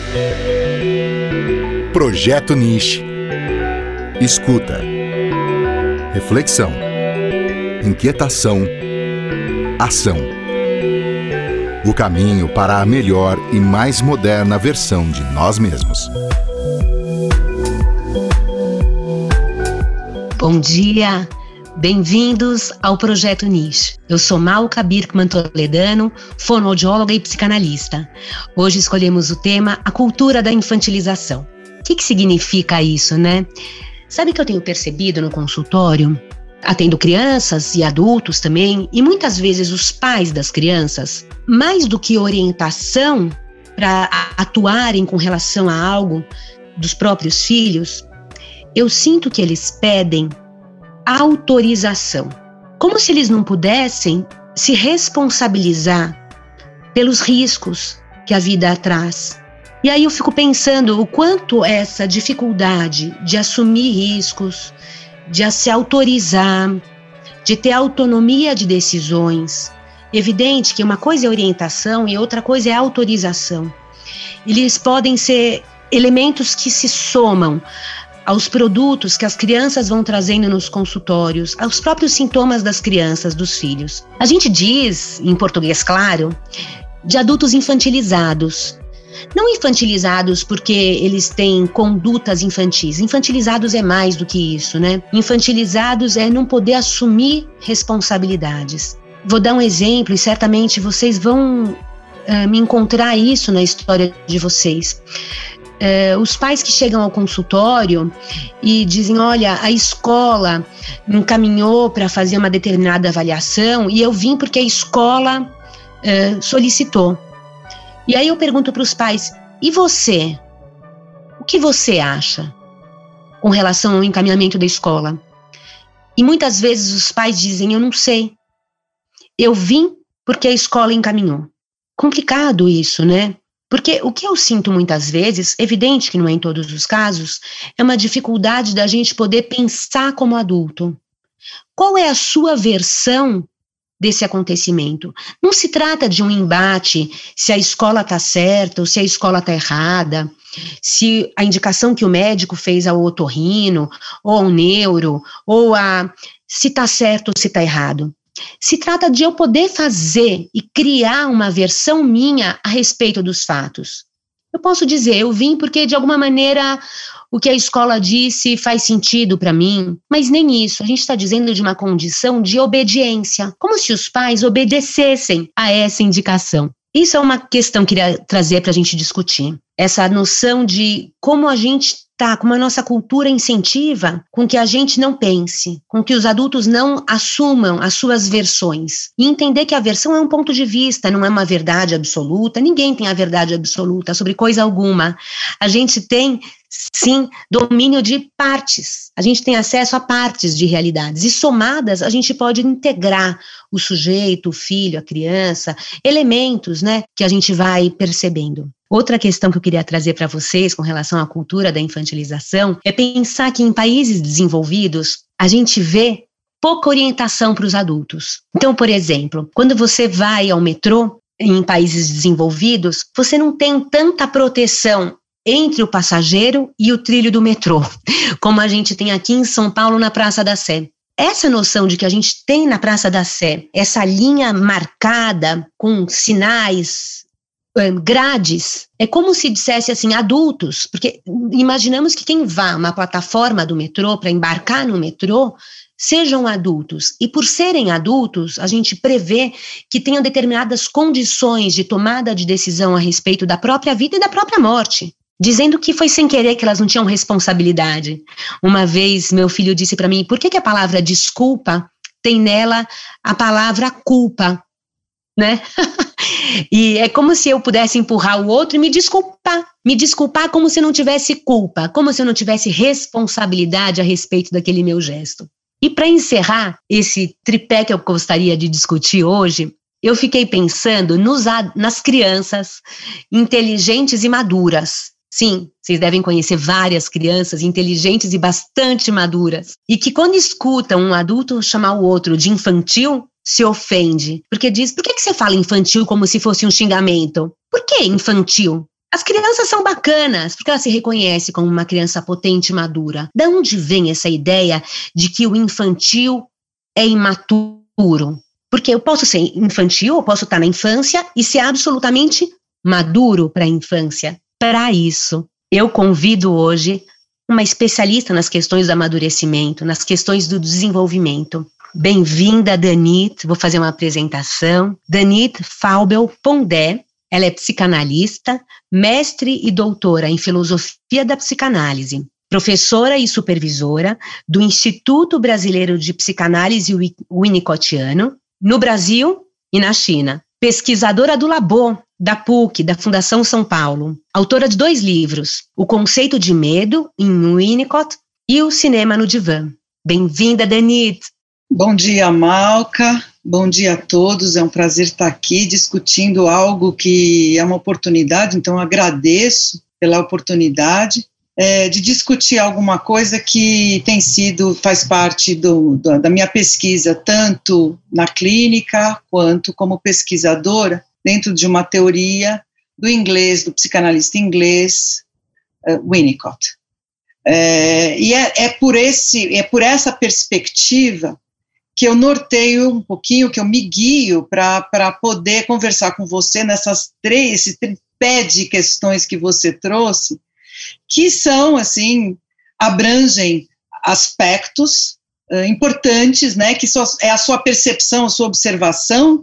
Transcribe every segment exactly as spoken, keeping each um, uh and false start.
Projeto Niche. Escuta. Reflexão. Inquietação. Ação. O caminho para a melhor e mais moderna versão de nós mesmos. Bom dia, bem-vindos ao Projeto Niche. Eu sou Malca Birkman Toledano, fonoaudióloga e psicanalista. Hoje escolhemos o tema A Cultura da Infantilização. O que, que significa isso, né? Sabe que eu tenho percebido no consultório? Atendo crianças e adultos também, e muitas vezes os pais das crianças, mais do que orientação para atuarem com relação a algo dos próprios filhos, eu sinto que eles pedem autorização, como se eles não pudessem se responsabilizar pelos riscos que a vida traz. E aí eu fico pensando o quanto essa dificuldade de assumir riscos, de se autorizar, de ter autonomia de decisões. Evidente que uma coisa é orientação e outra coisa é autorização. Eles podem ser elementos que se somam aos produtos que as crianças vão trazendo nos consultórios, aos próprios sintomas das crianças, dos filhos. A gente diz, em português claro, de adultos infantilizados. Não infantilizados porque eles têm condutas infantis. Infantilizados é mais do que isso, né? Infantilizados é não poder assumir responsabilidades. Vou dar um exemplo e certamente vocês vão uh, me encontrar isso na história de vocês. Uh, os pais que chegam ao consultório e dizem, olha, a escola me encaminhou para fazer uma determinada avaliação e eu vim porque a escola uh, solicitou. E aí eu pergunto para os pais, e você? O que você acha com relação ao encaminhamento da escola? E muitas vezes os pais dizem, eu não sei. Eu vim porque a escola encaminhou. Complicado isso, né? Porque o que eu sinto muitas vezes, evidente que não é em todos os casos, é uma dificuldade da gente poder pensar como adulto. Qual é a sua versão desse acontecimento? Não se trata de um embate se a escola está certa ou se a escola está errada, se a indicação que o médico fez ao otorrino, ou ao neuro, ou a se está certo ou se está errado. Se trata de eu poder fazer e criar uma versão minha a respeito dos fatos. Eu posso dizer, eu vim porque de alguma maneira o que a escola disse faz sentido para mim, mas nem isso. A gente está dizendo de uma condição de obediência, como se os pais obedecessem a essa indicação. Isso é uma questão que eu queria trazer para a gente discutir. Essa noção de como a gente tá, como a nossa cultura incentiva com que a gente não pense, com que os adultos não assumam as suas versões. E entender que a versão é um ponto de vista, não é uma verdade absoluta. Ninguém tem a verdade absoluta sobre coisa alguma. A gente tem, sim, domínio de partes. A gente tem acesso a partes de realidades. E somadas, a gente pode integrar o sujeito, o filho, a criança, elementos, né, que a gente vai percebendo. Outra questão que eu queria trazer para vocês com relação à cultura da infantilização é pensar que em países desenvolvidos a gente vê pouca orientação para os adultos. Então, por exemplo, quando você vai ao metrô em países desenvolvidos, você não tem tanta proteção entre o passageiro e o trilho do metrô, como a gente tem aqui em São Paulo na Praça da Sé. Essa noção de que a gente tem na Praça da Sé, essa linha marcada com sinais, grades, é como se dissesse assim, adultos, porque imaginamos que quem vá a uma plataforma do metrô para embarcar no metrô sejam adultos, e por serem adultos, a gente prevê que tenham determinadas condições de tomada de decisão a respeito da própria vida e da própria morte, dizendo que foi sem querer, que elas não tinham responsabilidade. Uma vez meu filho disse para mim, por que que a palavra desculpa tem nela a palavra culpa, né? E é como se eu pudesse empurrar o outro e me desculpar, me desculpar como se não tivesse culpa, como se eu não tivesse responsabilidade a respeito daquele meu gesto. E para encerrar esse tripé que eu gostaria de discutir hoje, eu fiquei pensando nos, nas crianças inteligentes e maduras. Sim, vocês devem conhecer várias crianças inteligentes e bastante maduras, e que quando escutam um adulto chamar o outro de infantil, se ofende, porque diz, por que que você fala infantil como se fosse um xingamento? Por que infantil? As crianças são bacanas, porque ela se reconhece como uma criança potente e madura. Da onde vem essa ideia de que o infantil é imaturo? Porque eu posso ser infantil, eu posso estar na infância e ser absolutamente maduro para a infância. Para isso, eu convido hoje uma especialista nas questões do amadurecimento, nas questões do desenvolvimento. Bem-vinda, Danit. Vou fazer uma apresentação. Danit Faubel Pondé. Ela é psicanalista, mestre e doutora em filosofia da psicanálise, professora e supervisora do Instituto Brasileiro de Psicanálise Winnicottiano, no Brasil e na China. Pesquisadora do Labo, da P U C, da Fundação São Paulo. Autora de dois livros, O Conceito de Medo, em Winnicott, e O Cinema no Divã. Bem-vinda, Danit. Bom dia, Malca. Bom dia a todos. É um prazer estar aqui discutindo algo que é uma oportunidade, então eu agradeço pela oportunidade é, de discutir alguma coisa que tem sido, faz parte do, do, da minha pesquisa, tanto na clínica quanto como pesquisadora, dentro de uma teoria do inglês, do psicanalista inglês uh, Winnicott. É, e é, é, por esse, é por essa perspectiva que eu norteio um pouquinho, que eu me guio para poder conversar com você nessas três, esse tripé de questões que você trouxe, que são, assim, abrangem aspectos uh, importantes, né, que só, é a sua percepção, a sua observação,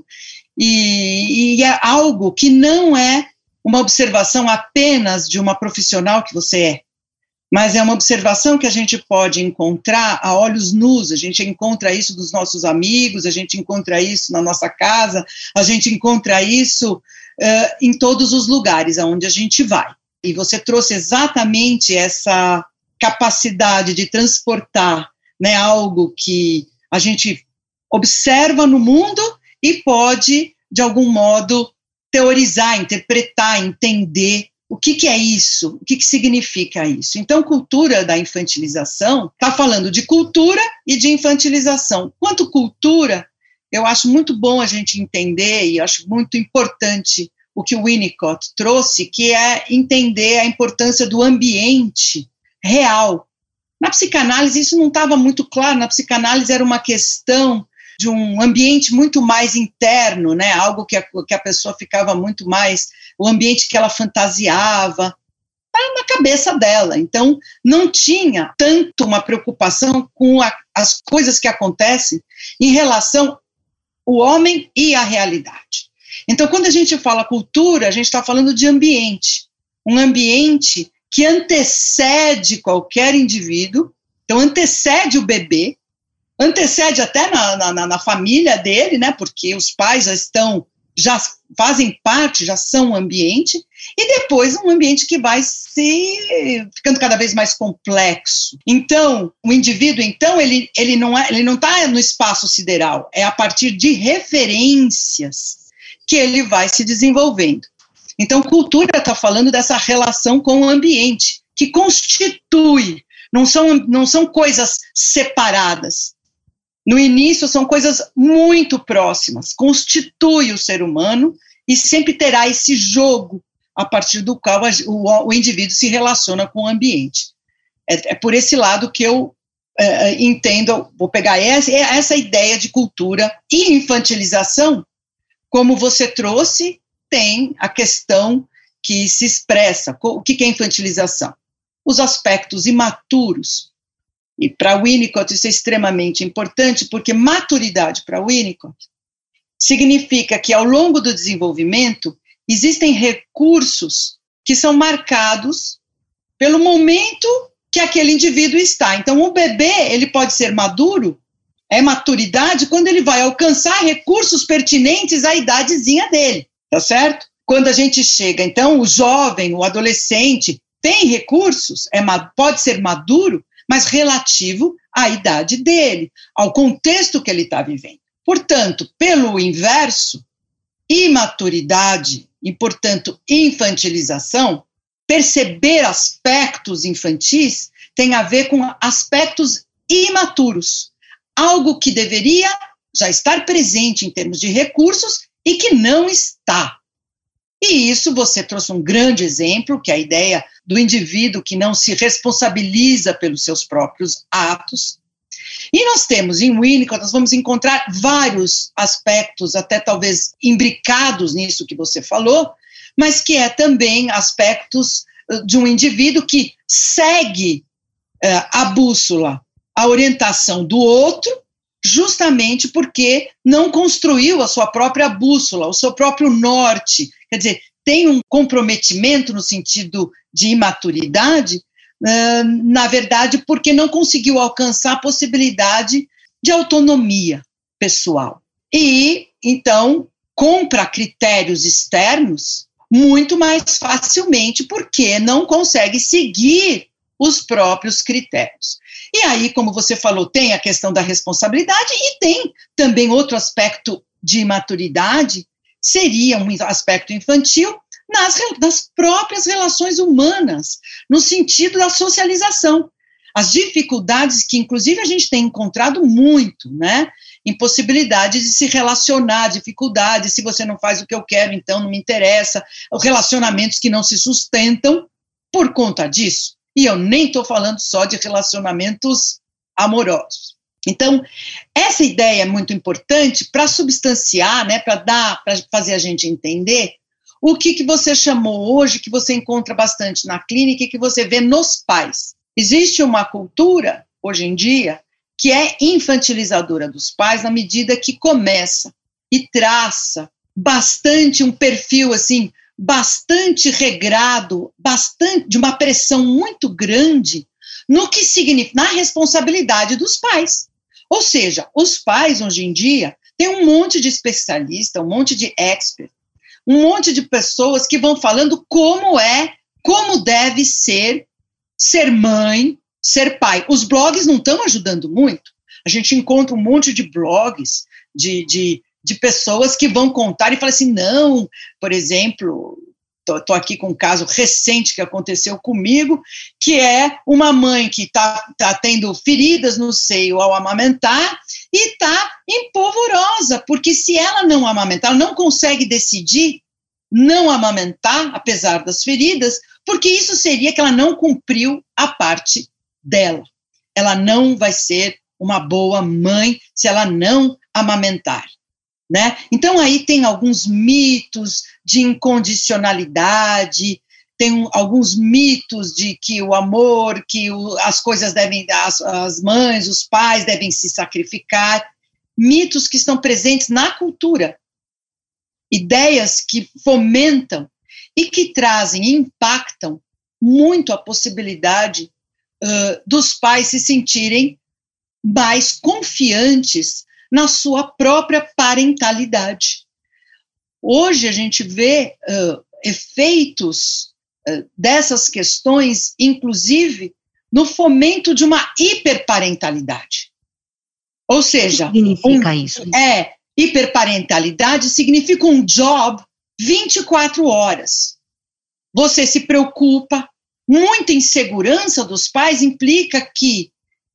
e, e é algo que não é uma observação apenas de uma profissional que você é, mas é uma observação que a gente pode encontrar a olhos nus. A gente encontra isso dos nossos amigos, a gente encontra isso na nossa casa, a gente encontra isso uh, em todos os lugares aonde a gente vai. E você trouxe exatamente essa capacidade de transportar, né, algo que a gente observa no mundo e pode, de algum modo, teorizar, interpretar, entender o que, que é isso, o que, que significa isso. Então, cultura da infantilização está falando de cultura e de infantilização. Quanto cultura, eu acho muito bom a gente entender, e acho muito importante o que o Winnicott trouxe, que é entender a importância do ambiente real. Na psicanálise, isso não estava muito claro. Na psicanálise era uma questão de um ambiente muito mais interno, né? Algo que a, que a pessoa ficava muito mais, o ambiente que ela fantasiava, tá na cabeça dela. Então, não tinha tanto uma preocupação com a, as coisas que acontecem em relação ao homem e à realidade. Então, quando a gente fala cultura, a gente está falando de ambiente, um ambiente que antecede qualquer indivíduo, então antecede o bebê, antecede até na, na, na família dele, né, porque os pais já estão, já fazem parte, já são um ambiente, e depois um ambiente que vai se ficando cada vez mais complexo. Então, o indivíduo, então, ele, ele não é, ele não está no espaço sideral, é a partir de referências que ele vai se desenvolvendo. Então, cultura está falando dessa relação com o ambiente, que constitui, não são, não são coisas separadas. No início, são coisas muito próximas, constitui o ser humano e sempre terá esse jogo a partir do qual o, o indivíduo se relaciona com o ambiente. É, é por esse lado que eu é, entendo, vou pegar essa, essa ideia de cultura e infantilização, como você trouxe, tem a questão que se expressa. O que é infantilização? Os aspectos imaturos. E para Winnicott isso é extremamente importante, porque maturidade para Winnicott significa que ao longo do desenvolvimento existem recursos que são marcados pelo momento que aquele indivíduo está. Então o bebê, ele pode ser maduro, é maturidade quando ele vai alcançar recursos pertinentes à idadezinha dele, tá certo? Quando a gente chega, então o jovem, o adolescente tem recursos, é, pode ser maduro, mas relativo à idade dele, ao contexto que ele está vivendo. Portanto, pelo inverso, imaturidade e, portanto, infantilização, perceber aspectos infantis tem a ver com aspectos imaturos, algo que deveria já estar presente em termos de recursos e que não está. E isso você trouxe um grande exemplo, que é a ideia do indivíduo que não se responsabiliza pelos seus próprios atos. E nós temos em Winnicott, nós vamos encontrar vários aspectos, até talvez imbricados nisso que você falou, mas que é também aspectos de um indivíduo que segue uh, a bússola, a orientação do outro, justamente porque não construiu a sua própria bússola, o seu próprio norte. Quer dizer, tem um comprometimento no sentido de imaturidade, uh, na verdade, porque não conseguiu alcançar a possibilidade de autonomia pessoal. E, então, compra critérios externos muito mais facilmente, porque não consegue seguir os próprios critérios. E aí, como você falou, tem a questão da responsabilidade e tem também outro aspecto de imaturidade, seria um aspecto infantil nas, nas próprias relações humanas, no sentido da socialização. As dificuldades que, inclusive, a gente tem encontrado muito, né? Impossibilidade de se relacionar, dificuldades, se você não faz o que eu quero, então não me interessa, relacionamentos que não se sustentam por conta disso. E eu nem estou falando só de relacionamentos amorosos. Então, essa ideia é muito importante para substanciar, né, para dar, para fazer a gente entender o que, que você chamou hoje, que você encontra bastante na clínica e que você vê nos pais. Existe uma cultura, hoje em dia, que é infantilizadora dos pais na medida que começa e traça bastante um perfil, assim, bastante regrado, bastante, de uma pressão muito grande no que significa, na responsabilidade dos pais. Ou seja, os pais, hoje em dia, têm um monte de especialista, um monte de expert, um monte de pessoas que vão falando como é, como deve ser, ser mãe, ser pai. Os blogs não estão ajudando muito. A gente encontra um monte de blogs de, de, de pessoas que vão contar e falar assim, não, por exemplo, estou aqui com um caso recente que aconteceu comigo, que é uma mãe que está tá tendo feridas no seio ao amamentar e está empolvorosa, porque se ela não amamentar, ela não consegue decidir não amamentar, apesar das feridas, porque isso seria que ela não cumpriu a parte dela. Ela não vai ser uma boa mãe se ela não amamentar, né? Então aí tem alguns mitos de incondicionalidade, tem um, alguns mitos de que o amor, que o, as coisas devem, as, as mães, os pais devem se sacrificar, mitos que estão presentes na cultura, ideias que fomentam e que trazem e impactam muito a possibilidade Uh, dos pais se sentirem mais confiantes na sua própria parentalidade. Hoje a gente vê uh, efeitos uh, dessas questões, inclusive, no fomento de uma hiperparentalidade. Ou seja, o que significa um, isso? É, hiperparentalidade significa um job vinte e quatro horas. Você se preocupa. Muita insegurança dos pais implica que,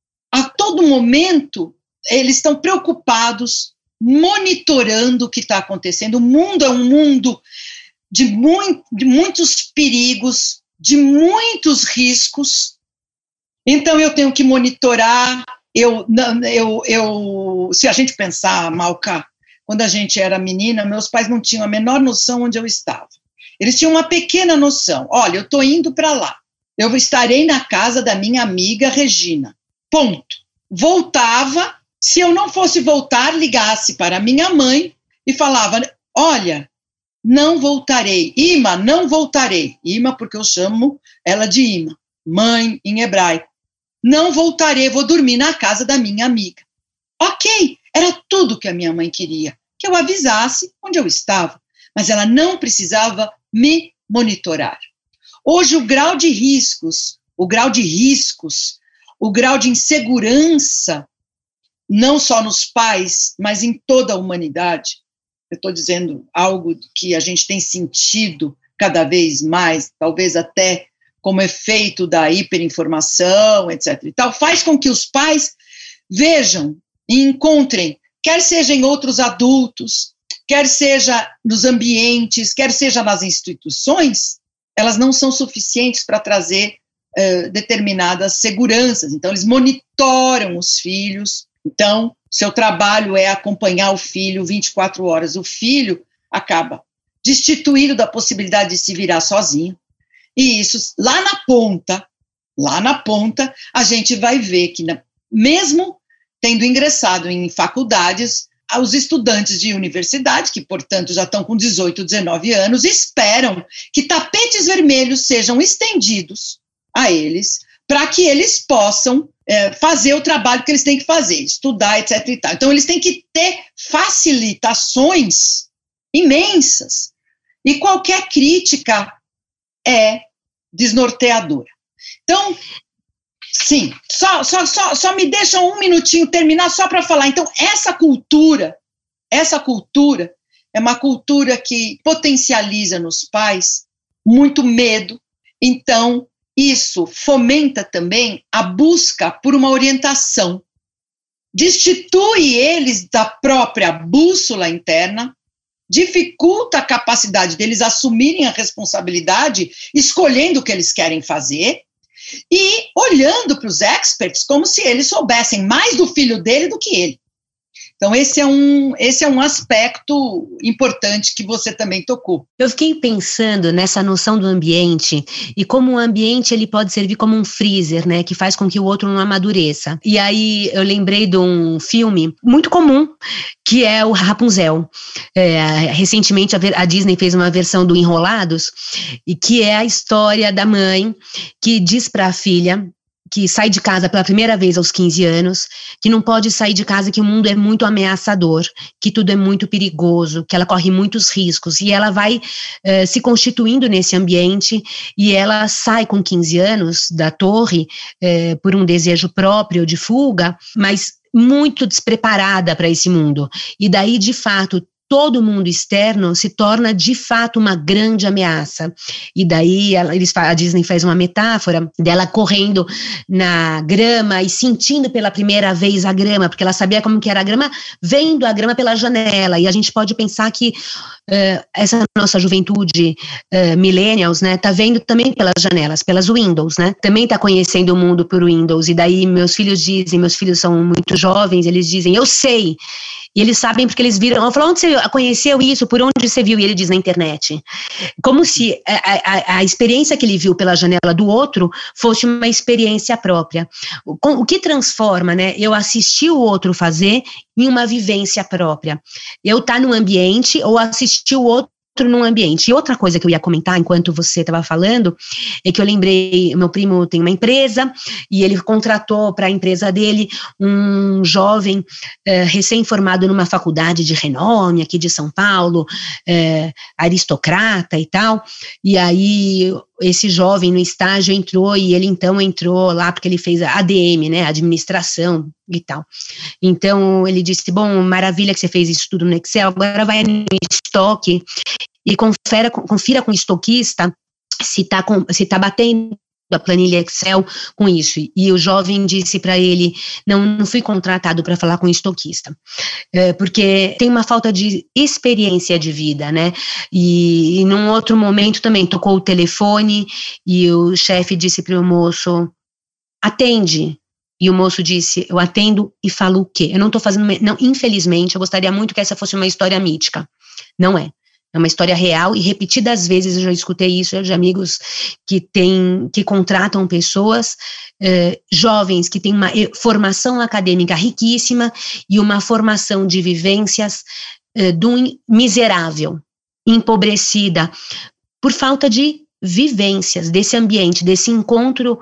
a todo momento, eles estão preocupados, monitorando o que está acontecendo. O mundo é um mundo de, muito, de muitos perigos, de muitos riscos. Então, eu tenho que monitorar. Eu, eu, eu, se a gente pensar, Malca, quando a gente era menina, meus pais não tinham a menor noção onde eu estava. Eles tinham uma pequena noção. Olha, eu estou indo para lá. Eu estarei na casa da minha amiga Regina. Ponto. Voltava, se eu não fosse voltar, ligasse para minha mãe e falava, olha, não voltarei. Ima, não voltarei. Ima, porque eu chamo ela de Ima. Mãe, em hebraico. Não voltarei, vou dormir na casa da minha amiga. Ok, era tudo que a minha mãe queria, que eu avisasse onde eu estava, mas ela não precisava me monitorar. Hoje o grau de riscos, o grau de riscos, o grau de insegurança, não só nos pais, mas em toda a humanidade, eu estou dizendo algo que a gente tem sentido cada vez mais, talvez até como efeito da hiperinformação, etcétera e tal, faz com que os pais vejam e encontrem, quer sejam outros adultos, quer seja nos ambientes, quer seja nas instituições, elas não são suficientes para trazer uh, determinadas seguranças. Então, eles monitoram os filhos. Então, seu trabalho é acompanhar o filho vinte e quatro horas. O filho acaba destituído da possibilidade de se virar sozinho. E isso, lá na ponta, lá na ponta, a gente vai ver que, na, mesmo tendo ingressado em faculdades, os estudantes de universidade, que, portanto, já estão com dezoito, dezenove anos, esperam que tapetes vermelhos sejam estendidos a eles, para que eles possam é, fazer o trabalho que eles têm que fazer, estudar, etc e tal. Então, eles têm que ter facilitações imensas, e qualquer crítica é desnorteadora. Então, sim, só, só, só, só me deixam um minutinho terminar só para falar. Então, essa cultura, essa cultura é uma cultura que potencializa nos pais muito medo. Então, isso fomenta também a busca por uma orientação, destitui eles da própria bússola interna, dificulta a capacidade deles assumirem a responsabilidade, escolhendo o que eles querem fazer, e olhando para os experts como se eles soubessem mais do filho dele do que ele. Então, esse é um, esse é um aspecto importante que você também tocou. Eu fiquei pensando nessa noção do ambiente e como o ambiente ele pode servir como um freezer, né, que faz com que o outro não amadureça. E aí eu lembrei de um filme muito comum, que é o Rapunzel. É, recentemente a, a Disney fez uma versão do Enrolados, e que é a história da mãe que diz para a filha que sai de casa pela primeira vez aos quinze anos, que não pode sair de casa, que o mundo é muito ameaçador, que tudo é muito perigoso, que ela corre muitos riscos, e ela vai uh, se constituindo nesse ambiente, e ela sai com quinze anos da torre uh, por um desejo próprio de fuga, mas muito despreparada para esse mundo, e daí de fato todo mundo externo se torna de fato uma grande ameaça. E daí ela, eles, a Disney faz uma metáfora dela correndo na grama e sentindo pela primeira vez a grama, porque ela sabia como que era a grama, vendo a grama pela janela. E a gente pode pensar que uh, essa nossa juventude uh, millennials, né, tá vendo também pelas janelas, pelas windows, né, também tá conhecendo o mundo por windows. E daí meus filhos dizem, meus filhos são muito jovens, eles dizem, eu sei. E eles sabem porque eles viram, eu falo, onde você conheceu isso, por onde você viu? E ele diz, na internet. Como se a, a, a experiência que ele viu pela janela do outro fosse uma experiência própria. O, o que transforma, né, eu assistir o outro fazer em uma vivência própria. Eu estar no ambiente ou assistir o outro num ambiente. E outra coisa que eu ia comentar enquanto você estava falando, é que eu lembrei, meu primo tem uma empresa, e ele contratou para a empresa dele um jovem eh, recém-formado numa faculdade de renome aqui de São Paulo, eh, aristocrata e tal, e aí esse jovem no estágio entrou, e ele então entrou lá porque ele fez a A D M, né, administração e tal. Então ele disse, bom, maravilha que você fez isso tudo no Excel, agora vai no estoque e confira, confira com o estoquista se está se tá batendo a planilha Excel com isso. E o jovem disse para ele, não, não fui contratado para falar com o estoquista, é, porque tem uma falta de experiência de vida, né, e, e num outro momento também tocou o telefone e o chefe disse para o moço, atende, e o moço disse, eu atendo e falo o quê? Eu não estou fazendo, não, infelizmente, eu gostaria muito que essa fosse uma história mítica, não é. É uma história real e repetidas vezes eu já escutei isso de amigos que têm, que contratam pessoas eh, jovens que têm uma formação acadêmica riquíssima e uma formação de vivências eh, do miserável, empobrecida, por falta de vivências desse ambiente, desse encontro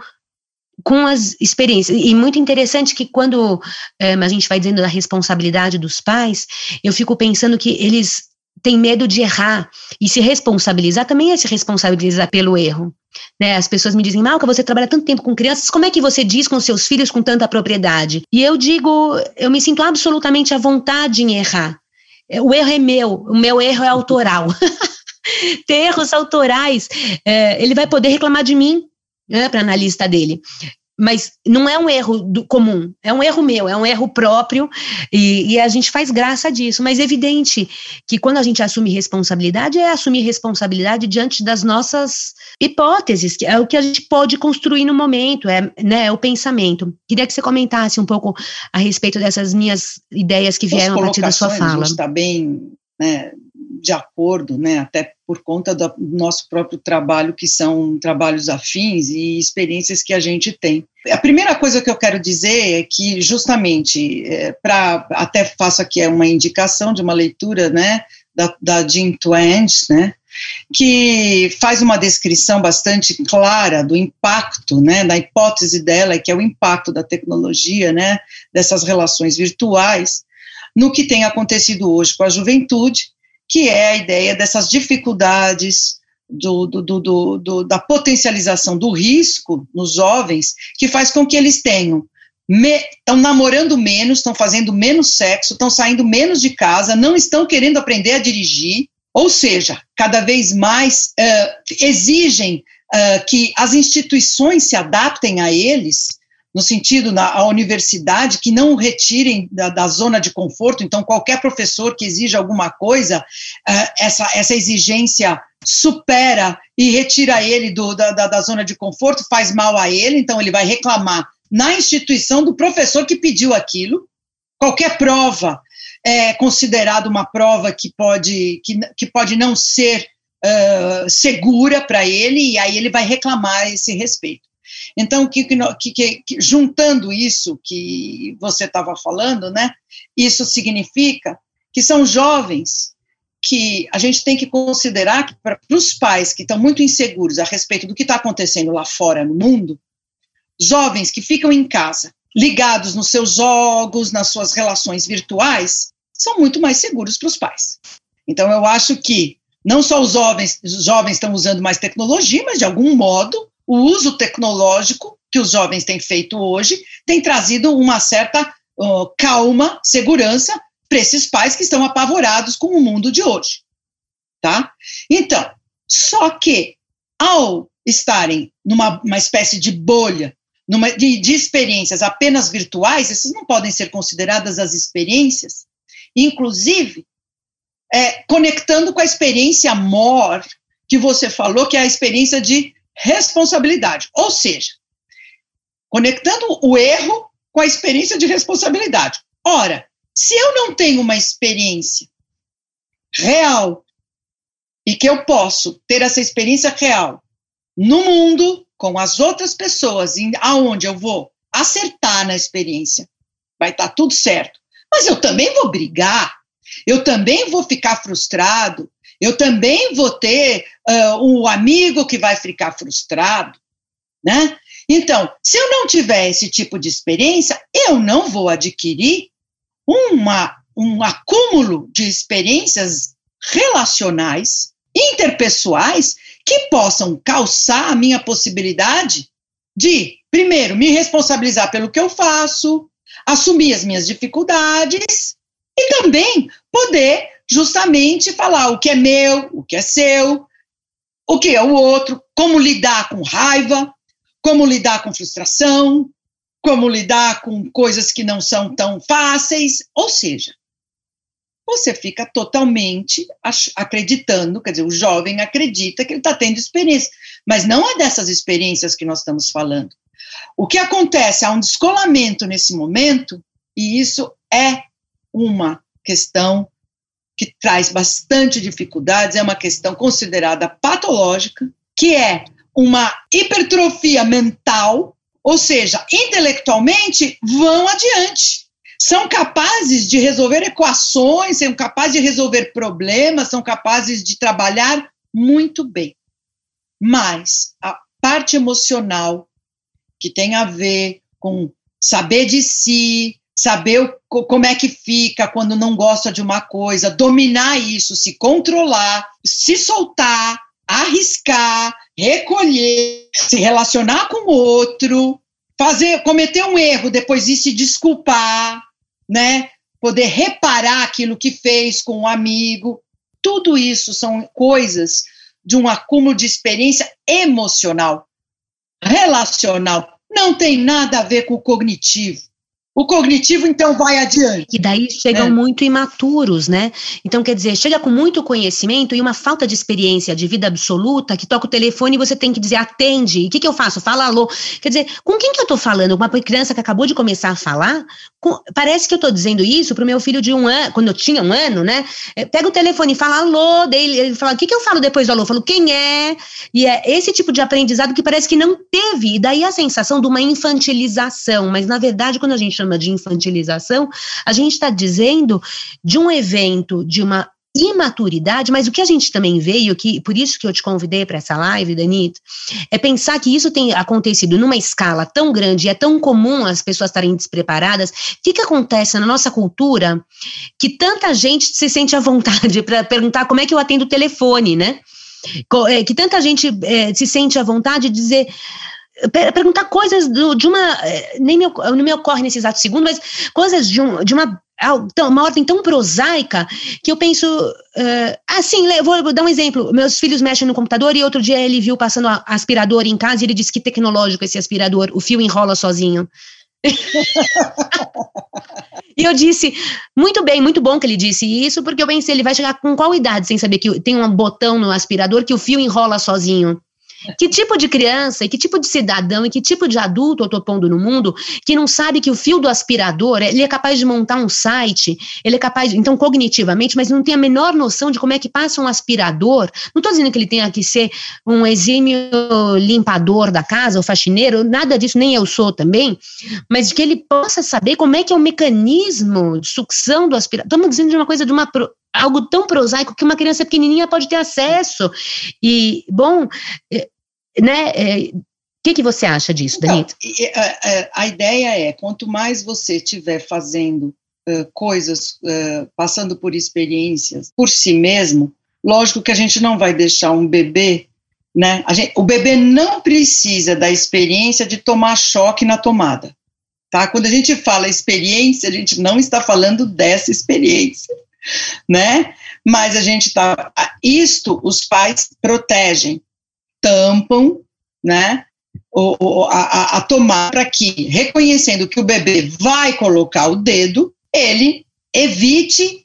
com as experiências. E muito interessante que quando eh, a gente vai dizendo da responsabilidade dos pais, eu fico pensando que eles tem medo de errar, e se responsabilizar também é se responsabilizar pelo erro, né? As pessoas me dizem, Malca, você trabalha tanto tempo com crianças, como é que você diz com seus filhos com tanta propriedade? E eu digo, eu me sinto absolutamente à vontade em errar, o erro é meu, o meu erro é autoral. Ter erros autorais, é, ele vai poder reclamar de mim, né, para analista dele, mas não é um erro do, comum, é um erro meu, é um erro próprio, e, e a gente faz graça disso, mas é evidente que quando a gente assume responsabilidade, é assumir responsabilidade diante das nossas hipóteses, que é o que a gente pode construir no momento, é, né, é o pensamento. Queria que você comentasse um pouco a respeito dessas minhas ideias que vieram a partir da sua fala. A gente está bem, né, de acordo, né, até por conta do nosso próprio trabalho, que são trabalhos afins e experiências que a gente tem. A primeira coisa que eu quero dizer é que, justamente, é, para até faço aqui uma indicação de uma leitura, né, da, da Jean Twenge, né, que faz uma descrição bastante clara do impacto, né, da hipótese dela, que é o impacto da tecnologia, né, dessas relações virtuais, no que tem acontecido hoje com a juventude, que é a ideia dessas dificuldades, do, do, do, do, do, da potencialização do risco nos jovens, que faz com que eles tenham, estão namorando menos, estão fazendo menos sexo, estão saindo menos de casa, não estão querendo aprender a dirigir, ou seja, cada vez mais uh, exigem uh, que as instituições se adaptem a eles, no sentido, na a universidade, que não retirem da, da zona de conforto. Então qualquer professor que exija alguma coisa, uh, essa, essa exigência supera e retira ele do, da, da, da zona de conforto, faz mal a ele, então ele vai reclamar na instituição do professor que pediu aquilo. Qualquer prova é considerada uma prova que pode, que, que pode não ser uh, segura para ele, e aí ele vai reclamar a esse respeito. Então, que, que, que, que, juntando isso que você estava falando, né, isso significa que são jovens que a gente tem que considerar que, para os pais que estão muito inseguros a respeito do que está acontecendo lá fora no mundo, jovens que ficam em casa, ligados nos seus jogos, nas suas relações virtuais, são muito mais seguros para os pais. Então, eu acho que não só os jovens, os jovens estão usando mais tecnologia, mas, de algum modo, o uso tecnológico que os jovens têm feito hoje tem trazido uma certa uh, calma, segurança para esses pais que estão apavorados com o mundo de hoje, tá? Então, só que ao estarem numa uma espécie de bolha, numa, de, de experiências apenas virtuais, essas não podem ser consideradas as experiências, inclusive é, conectando com a experiência maior que você falou, que é a experiência de responsabilidade, ou seja, conectando o erro com a experiência de responsabilidade. Ora, se eu não tenho uma experiência real e que eu posso ter essa experiência real no mundo, com as outras pessoas, em, aonde eu vou acertar na experiência, vai estar tudo certo, mas eu também vou brigar, eu também vou ficar frustrado, eu também vou ter uh, um amigo que vai ficar frustrado, né? Então, se eu não tiver esse tipo de experiência, eu não vou adquirir uma, um acúmulo de experiências relacionais, interpessoais, que possam calçar a minha possibilidade de, primeiro, me responsabilizar pelo que eu faço, assumir as minhas dificuldades e também poder justamente falar o que é meu, o que é seu, o que é o outro, como lidar com raiva, como lidar com frustração, como lidar com coisas que não são tão fáceis, ou seja, você fica totalmente acreditando, quer dizer, o jovem acredita que ele está tendo experiência, mas não é dessas experiências que nós estamos falando. O que acontece, há um descolamento nesse momento, e isso é uma questão que traz bastante dificuldades, é uma questão considerada patológica, que é uma hipertrofia mental, ou seja, intelectualmente vão adiante, são capazes de resolver equações, são capazes de resolver problemas, são capazes de trabalhar muito bem, mas a parte emocional, que tem a ver com saber de si, saber o, como é que fica quando não gosta de uma coisa, dominar isso, se controlar, se soltar, arriscar, recolher, se relacionar com o outro, fazer, cometer um erro, depois ir se desculpar, né? Poder reparar aquilo que fez com um amigo. Tudo isso são coisas de um acúmulo de experiência emocional, relacional, não tem nada a ver com o cognitivo. O cognitivo, então, vai adiante. E daí chegam é. muito imaturos, né? Então, quer dizer, chega com muito conhecimento e uma falta de experiência de vida absoluta, que toca o telefone e você tem que dizer, atende. E o que, que eu faço? Fala alô. Quer dizer, com quem que eu tô falando? Uma criança que acabou de começar a falar? Com, parece que eu tô dizendo isso pro meu filho de um ano, quando eu tinha um ano, né? Pega o telefone e fala alô, daí ele fala, o que, que eu falo depois do alô? Eu falo, quem é? E é esse tipo de aprendizado que parece que não teve. E daí a sensação de uma infantilização. Mas, na verdade, quando a gente chama de infantilização, a gente está dizendo de um evento, de uma imaturidade, mas o que a gente também veio, que, por isso que eu te convidei para essa live, Danita, é pensar que isso tem acontecido numa escala tão grande, e é tão comum as pessoas estarem despreparadas. O que, que acontece na nossa cultura que tanta gente se sente à vontade para perguntar como é que eu atendo o telefone, né? Que tanta gente é, se sente à vontade de dizer... perguntar coisas do, de uma, nem me, não me ocorre nesse exato segundo, mas coisas de, um, de uma, uma ordem tão prosaica que eu penso, uh, assim, eu vou, vou dar um exemplo, meus filhos mexem no computador e outro dia ele viu passando a aspirador em casa e ele disse que tecnológico esse aspirador, o fio enrola sozinho. E eu disse, muito bem, muito bom que ele disse isso, porque eu pensei, ele vai chegar com qual idade sem saber que tem um botão no aspirador que o fio enrola sozinho? Que tipo de criança, e que tipo de cidadão, e que tipo de adulto eu tô pondo no mundo que não sabe que o fio do aspirador, ele é capaz de montar um site, ele é capaz, então cognitivamente, mas não tem a menor noção de como é que passa um aspirador. Não tô dizendo que ele tenha que ser um exímio limpador da casa, ou faxineiro, nada disso, nem eu sou também, mas que ele possa saber como é que é o mecanismo de sucção do aspirador. Estamos dizendo de uma coisa, de uma... algo tão prosaico que uma criança pequenininha pode ter acesso. E, bom, né, o que, que você acha disso, então, Danita? A, a, a ideia é, quanto mais você estiver fazendo uh, coisas, uh, passando por experiências por si mesmo, lógico que a gente não vai deixar um bebê, né, a gente, o bebê não precisa da experiência de tomar choque na tomada, tá? Quando a gente fala experiência, a gente não está falando dessa experiência, né? Mas a gente tá, isto os pais protegem, tampam, né? O, o, a, a tomar para que, reconhecendo que o bebê vai colocar o dedo, ele evite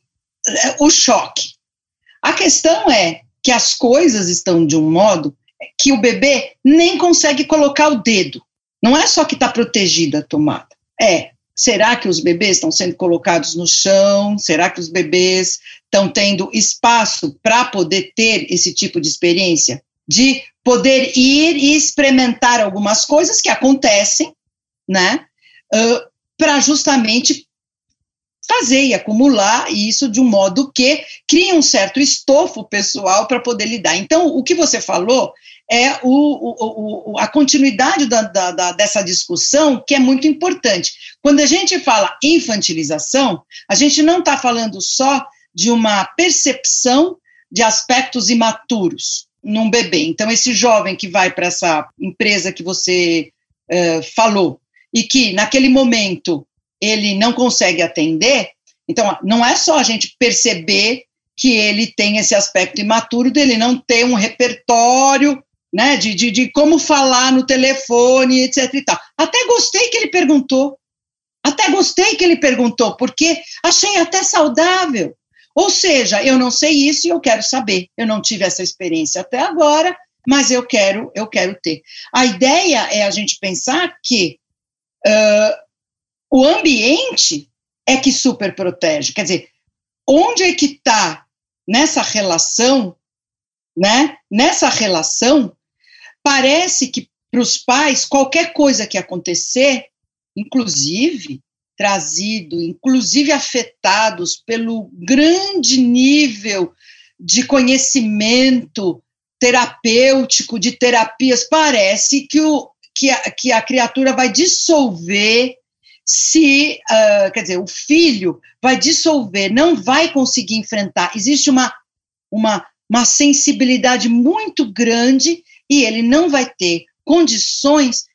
o choque. A questão é que as coisas estão de um modo que o bebê nem consegue colocar o dedo. Não é só que está protegida a tomada, é. Será que os bebês estão sendo colocados no chão? Será que os bebês estão tendo espaço para poder ter esse tipo de experiência? De poder ir e experimentar algumas coisas que acontecem, né? Uh, para justamente fazer e acumular isso de um modo que cria um certo estofo pessoal para poder lidar. Então, o que você falou é o, o, o, a continuidade da, da, da, dessa discussão, que é muito importante. Quando a gente fala infantilização, a gente não está falando só de uma percepção de aspectos imaturos num bebê. Então, esse jovem que vai para essa empresa que você uh, falou, e que naquele momento ele não consegue atender, então não é só a gente perceber que ele tem esse aspecto imaturo dele não ter um repertório, né, de, de, de como falar no telefone, etc e tal. Até gostei que ele perguntou, até gostei que ele perguntou, porque achei até saudável. Ou seja, eu não sei isso e eu quero saber. Eu não tive essa experiência até agora, mas eu quero, eu quero ter. A ideia é a gente pensar que uh, o ambiente é que super protege. Quer dizer, onde é que está nessa relação, né? Nessa relação, parece que para os pais, qualquer coisa que acontecer, inclusive trazido, inclusive afetados pelo grande nível de conhecimento terapêutico, de terapias, parece que, o, que, a, que a criatura vai dissolver, se, uh, quer dizer, o filho vai dissolver, não vai conseguir enfrentar. Existe uma, uma, uma sensibilidade muito grande e ele não vai ter condições.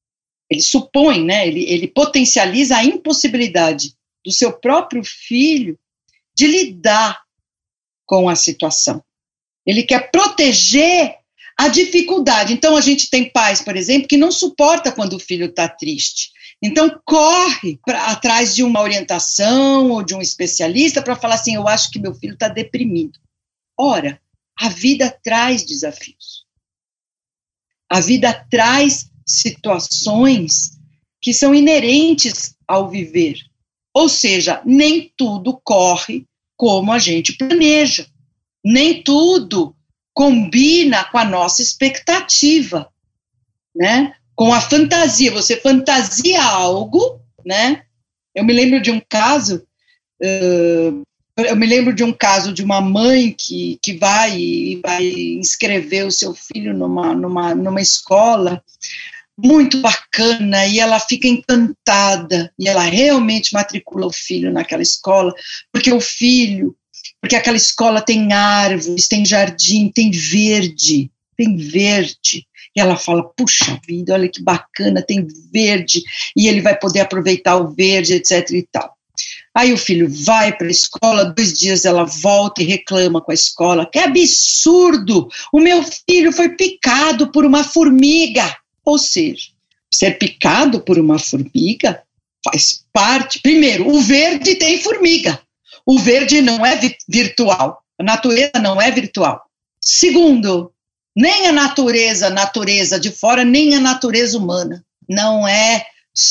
Ele supõe, né, ele, ele potencializa a impossibilidade do seu próprio filho de lidar com a situação. Ele quer proteger a dificuldade. Então, a gente tem pais, por exemplo, que não suporta quando o filho está triste. Então, corre pra, atrás de uma orientação ou de um especialista para falar assim, eu acho que meu filho está deprimido. Ora, a vida traz desafios. A vida traz situações que são inerentes ao viver. Ou seja, nem tudo corre como a gente planeja. Nem tudo combina com a nossa expectativa, né? Com a fantasia. Você fantasia algo, né? Eu me lembro de um caso, uh, eu me lembro de um caso de uma mãe que, que vai, vai inscrever o seu filho numa, numa, numa escola muito bacana, e ela fica encantada, e ela realmente matricula o filho naquela escola, porque o filho, porque aquela escola tem árvores, tem jardim, tem verde, tem verde, e ela fala, puxa vida, olha que bacana, tem verde, e ele vai poder aproveitar o verde, etc e tal. Aí o filho vai para a escola, dois dias ela volta e reclama com a escola, que absurdo, o meu filho foi picado por uma formiga. Ou seja, ser picado por uma formiga faz parte. Primeiro, o verde tem formiga. O verde não é vi- virtual. A natureza não é virtual. Segundo, nem a natureza, a natureza de fora, nem a natureza humana. Não é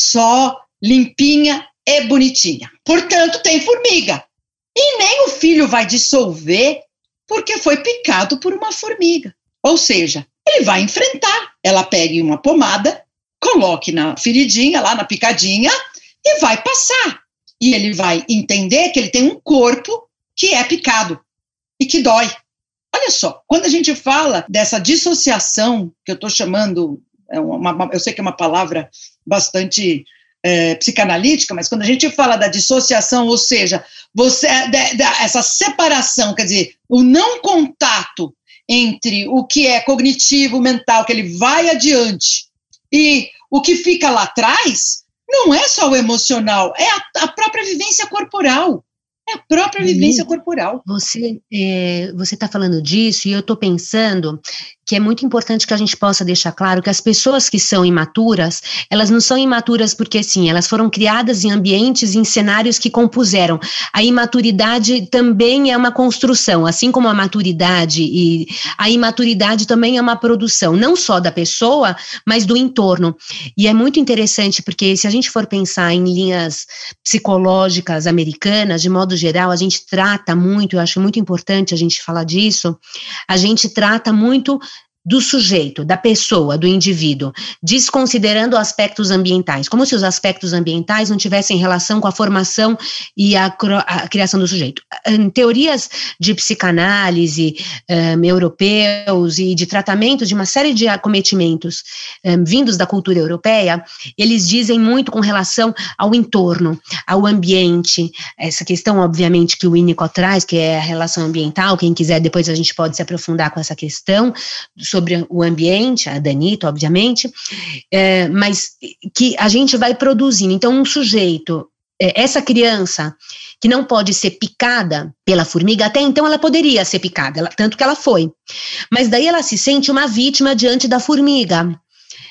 só limpinha e bonitinha. Portanto, tem formiga. E nem o filho vai dissolver porque foi picado por uma formiga. Ou seja, ele vai enfrentar. Ela pegue uma pomada, coloque na feridinha, lá na picadinha, e vai passar. E ele vai entender que ele tem um corpo que é picado e que dói. Olha só, quando a gente fala dessa dissociação, que eu estou chamando, é uma, uma, eu sei que é uma palavra bastante é, psicanalítica, mas quando a gente fala da dissociação, ou seja, você, de, de, essa separação, quer dizer, o não contato entre o que é cognitivo, mental, que ele vai adiante, e o que fica lá atrás, não é só o emocional, é a, a própria vivência corporal. É a própria vivência corporal. Você é, você está falando disso e eu estou pensando que é muito importante que a gente possa deixar claro que as pessoas que são imaturas, elas não são imaturas porque sim, elas foram criadas em ambientes, em cenários que compuseram. A imaturidade também é uma construção, assim como a maturidade, e a imaturidade também é uma produção, não só da pessoa, mas do entorno. E é muito interessante porque se a gente for pensar em linhas psicológicas americanas, de modo geral, a gente trata muito, eu acho muito importante a gente falar disso, a gente trata muito do sujeito, da pessoa, do indivíduo, desconsiderando aspectos ambientais, como se os aspectos ambientais não tivessem relação com a formação e a, a criação do sujeito. Em teorias de psicanálise um, europeus e de tratamento de uma série de acometimentos um, vindos da cultura europeia, eles dizem muito com relação ao entorno, ao ambiente, essa questão, obviamente, que o Winnicott traz, que é a relação ambiental, quem quiser, depois a gente pode se aprofundar com essa questão, sobre o ambiente, a Danita, obviamente, é, mas que a gente vai produzindo. Então, um sujeito, é, essa criança que não pode ser picada pela formiga, até então ela poderia ser picada, ela, tanto que ela foi. Mas daí ela se sente uma vítima diante da formiga.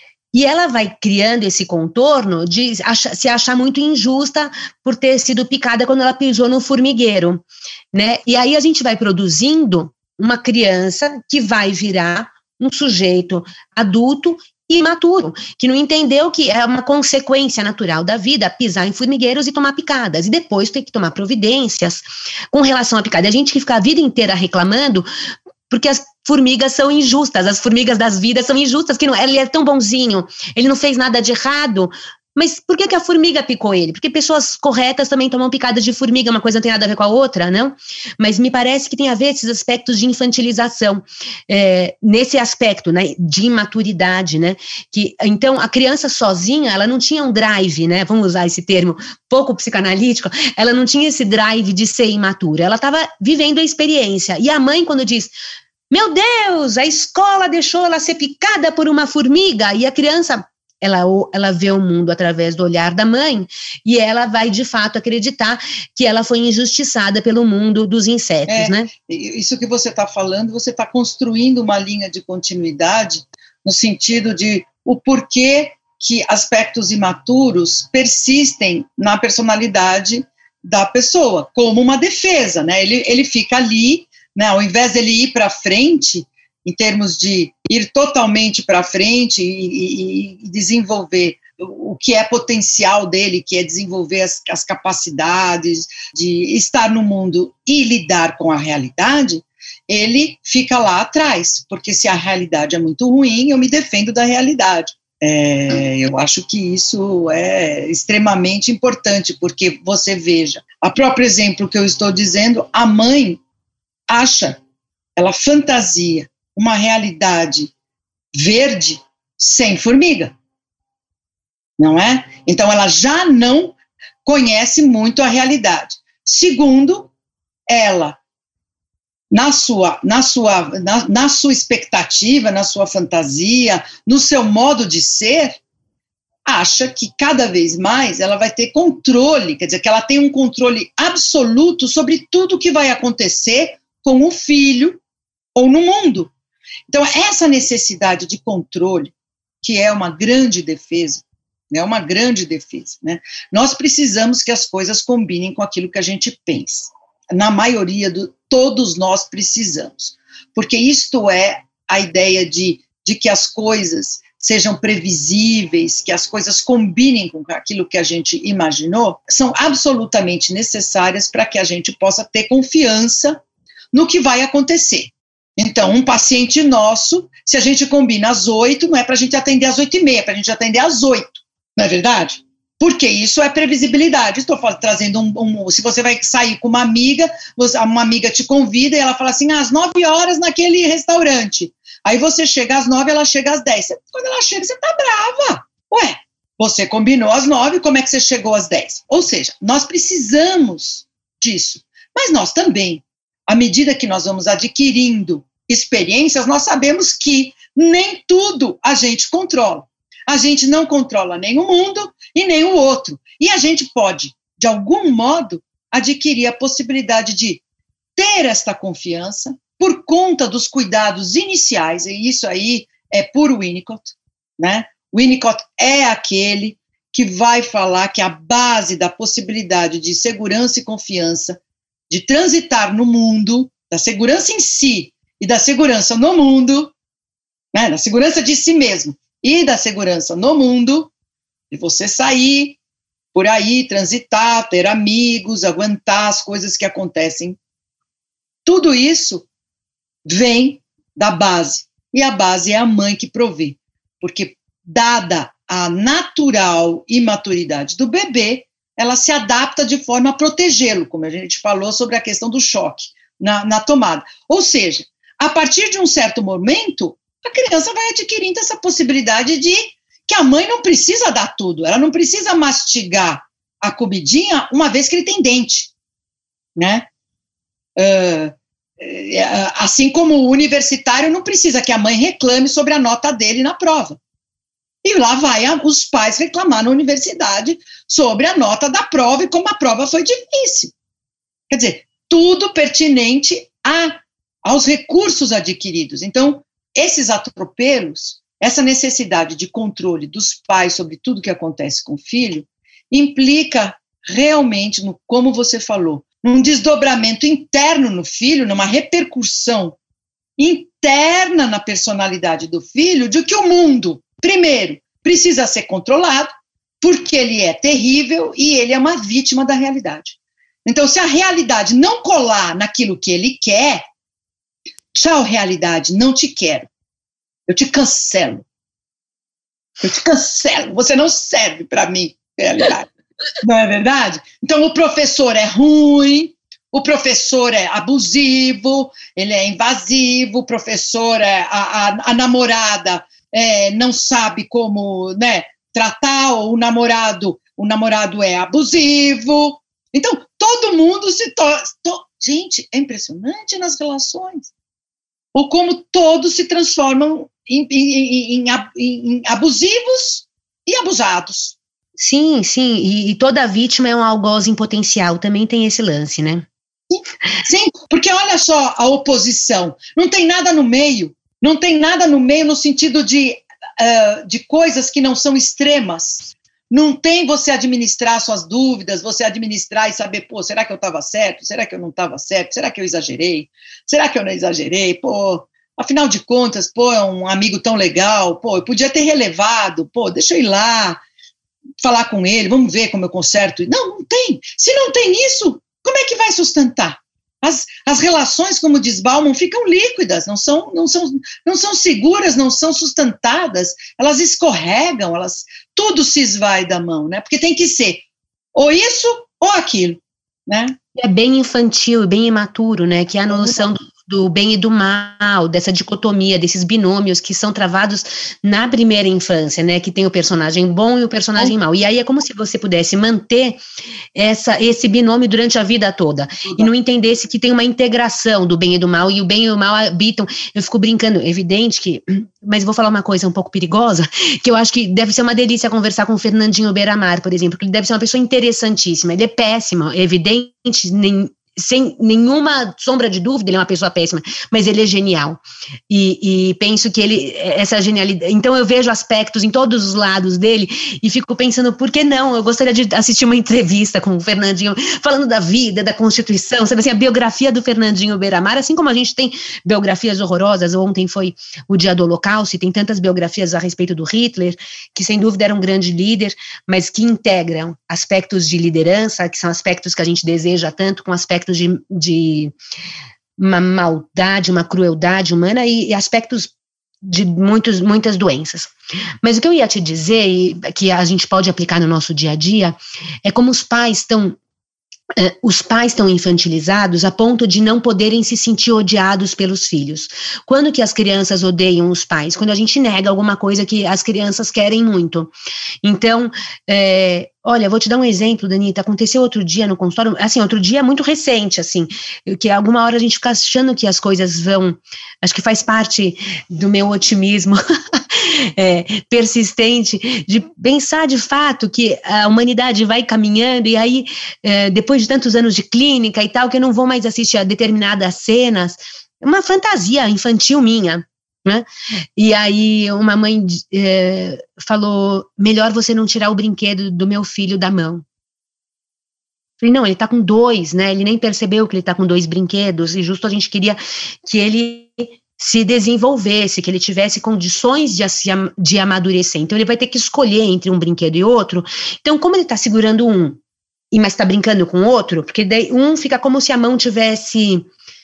E ela vai criando esse contorno de achar, se achar muito injusta por ter sido picada quando ela pisou no formigueiro, né? E aí a gente vai produzindo uma criança que vai virar um sujeito adulto e imaturo, que não entendeu que é uma consequência natural da vida pisar em formigueiros e tomar picadas, e depois ter que tomar providências com relação à picada. A gente que fica a vida inteira reclamando porque as formigas são injustas, as formigas das vidas são injustas, que não, ele é tão bonzinho, ele não fez nada de errado. Mas por que, que a formiga picou ele? Porque pessoas corretas também tomam picadas de formiga, uma coisa não tem nada a ver com a outra, não? Mas me parece que tem a ver esses aspectos de infantilização, é, nesse aspecto, né, de imaturidade, né? Que, então, a criança sozinha, ela não tinha um drive, né? Vamos usar esse termo pouco psicanalítico, ela não tinha esse drive de ser imatura, ela estava vivendo a experiência. E a mãe, quando diz, meu Deus, a escola deixou ela ser picada por uma formiga, e a criança ela, ela vê o mundo através do olhar da mãe, e ela vai de fato acreditar que ela foi injustiçada pelo mundo dos insetos, é, né? Isso que você está falando, você está construindo uma linha de continuidade no sentido de o porquê que aspectos imaturos persistem na personalidade da pessoa, como uma defesa, né? Ele, ele fica ali, né? Ao invés dele ir para frente, em termos de ir totalmente para frente e, e, e desenvolver o que é potencial dele, que é desenvolver as, as capacidades de estar no mundo e lidar com a realidade, ele fica lá atrás, porque se a realidade é muito ruim, eu me defendo da realidade. É, eu acho que isso é extremamente importante, porque você veja, a próprio exemplo que eu estou dizendo, a mãe acha, ela fantasia uma realidade verde sem formiga, não é? Então ela já não conhece muito a realidade. Segundo, ela na sua, na sua, na, na sua expectativa, na sua fantasia, no seu modo de ser, acha que cada vez mais ela vai ter controle, quer dizer, que ela tem um controle absoluto sobre tudo que vai acontecer com o filho ou no mundo. Então, essa necessidade de controle, que é uma grande defesa, é uma grande defesa, né? Nós precisamos que as coisas combinem com aquilo que a gente pensa. Na maioria, do, todos nós precisamos, porque isto é a ideia de, de que as coisas sejam previsíveis, que as coisas combinem com aquilo que a gente imaginou, são absolutamente necessárias para que a gente possa ter confiança no que vai acontecer. Então, um paciente nosso, se a gente combina às oito, não é para a gente atender às oito e meia, é para a gente atender às oito, não é verdade? Porque isso é previsibilidade. Estou trazendo um, um... Se você vai sair com uma amiga, você, uma amiga te convida e ela fala assim, ah, às nove horas naquele restaurante. Aí você chega às nove, ela chega às dez. Quando ela chega, você está brava. Ué, você combinou às nove, como é que você chegou às dez? Ou seja, nós precisamos disso. Mas nós também, à medida que nós vamos adquirindo experiências, nós sabemos que nem tudo a gente controla. A gente não controla nem o mundo e nem o outro. E a gente pode, de algum modo, adquirir a possibilidade de ter esta confiança por conta dos cuidados iniciais, e isso aí é puro Winnicott, né? Winnicott é aquele que vai falar que a base da possibilidade de segurança e confiança, de transitar no mundo, da segurança em si e da segurança no mundo, né? Da segurança de si mesmo, e da segurança no mundo, de você sair por aí, transitar, ter amigos, aguentar as coisas que acontecem. Tudo isso vem da base, e a base é a mãe que provê, porque dada a natural imaturidade do bebê, ela se adapta de forma a protegê-lo, como a gente falou sobre a questão do choque na, na tomada. Ou seja, a partir de um certo momento, a criança vai adquirindo essa possibilidade de que a mãe não precisa dar tudo, ela não precisa mastigar a comidinha uma vez que ele tem dente, né? Uh, assim como o universitário não precisa que a mãe reclame sobre a nota dele na prova. E lá vai a, os pais reclamar na universidade sobre a nota da prova e como a prova foi difícil. Quer dizer, tudo pertinente a, aos recursos adquiridos. Então, esses atropelos, essa necessidade de controle dos pais sobre tudo que acontece com o filho, implica realmente, no, como você falou, num desdobramento interno no filho, numa repercussão interna na personalidade do filho, de que o mundo, primeiro, precisa ser controlado, porque ele é terrível e ele é uma vítima da realidade. Então, se a realidade não colar naquilo que ele quer, tchau, realidade, não te quero. Eu te cancelo. Eu te cancelo. Você não serve para mim, realidade. Não é verdade? Então, o professor é ruim, o professor é abusivo, ele é invasivo, o professor é a, a, a namorada é, não sabe como, né, tratar, ou o namorado, o namorado é abusivo. Então, todo mundo se torna... To, gente, é impressionante nas relações. Ou como todos se transformam em, em, em, em abusivos e abusados. Sim, sim, e, e toda vítima é um algoz em potencial, também tem esse lance, né? Sim, sim, porque olha só a oposição, não tem nada no meio, não tem nada no meio no sentido de, uh, de coisas que não são extremas. Não tem você administrar suas dúvidas, você administrar e saber, pô, será que eu estava certo? Será que eu não estava certo? Será que eu exagerei? Será que eu não exagerei? Pô, afinal de contas, pô, é um amigo tão legal, pô, eu podia ter relevado, pô, deixa eu ir lá, falar com ele, vamos ver como eu conserto. Não, não tem. Se não tem isso, como é que vai sustentar? As, as relações, como diz Bauman, ficam líquidas, não são, não, são, não são seguras, não são sustentadas, elas escorregam, elas, tudo se esvai da mão, né? Porque tem que ser ou isso ou aquilo, né? É bem infantil e bem imaturo, né? Que é a noção do, do bem e do mal, dessa dicotomia, desses binômios que são travados na primeira infância, né? Que tem o personagem bom e o personagem mau. E aí é como se você pudesse manter essa, esse binômio durante a vida toda. E não entendesse que tem uma integração do bem e do mal, e o bem e o mal habitam. Eu fico brincando, evidente que... Mas vou falar uma coisa um pouco perigosa, que eu acho que deve ser uma delícia conversar com o Fernandinho Beiramar, por exemplo, que ele deve ser uma pessoa interessantíssima. Ele é péssimo, é evidente, nem... sem nenhuma sombra de dúvida, ele é uma pessoa péssima, mas ele é genial, e, e penso que ele, essa genialidade, então eu vejo aspectos em todos os lados dele, e fico pensando, por que não, eu gostaria de assistir uma entrevista com o Fernandinho, falando da vida, da Constituição, sabe assim, a biografia do Fernandinho Beiramar, assim como a gente tem biografias horrorosas, ontem foi o dia do Holocausto, e tem tantas biografias a respeito do Hitler, que sem dúvida era um grande líder, mas que integram aspectos de liderança, que são aspectos que a gente deseja tanto, com aspectos De, de uma maldade, uma crueldade humana e, e aspectos de muitos, muitas doenças. Mas o que eu ia te dizer, e que a gente pode aplicar no nosso dia a dia, é como os pais estão Uh, os pais estão infantilizados a ponto de não poderem se sentir odiados pelos filhos. Quando que as crianças odeiam os pais? Quando a gente nega alguma coisa que as crianças querem muito. Então, é, olha, vou te dar um exemplo, Danita, aconteceu outro dia no consultório, assim, outro dia muito recente, assim, que alguma hora a gente fica achando que as coisas vão, acho que faz parte do meu otimismo é, persistente, de pensar de fato que a humanidade vai caminhando e aí, é, depois de tantos anos de clínica e tal, que eu não vou mais assistir a determinadas cenas, uma fantasia infantil minha, né? E aí uma mãe é, falou, melhor você não tirar o brinquedo do meu filho da mão. Falei, não, ele tá com dois, né? Ele nem percebeu que ele tá com dois brinquedos, e justo a gente queria que ele se desenvolvesse, que ele tivesse condições de, de amadurecer. Então ele vai ter que escolher entre um brinquedo e outro. Então, como ele tá segurando um, e mas tá brincando com outro, porque daí um fica como se a mão tivesse...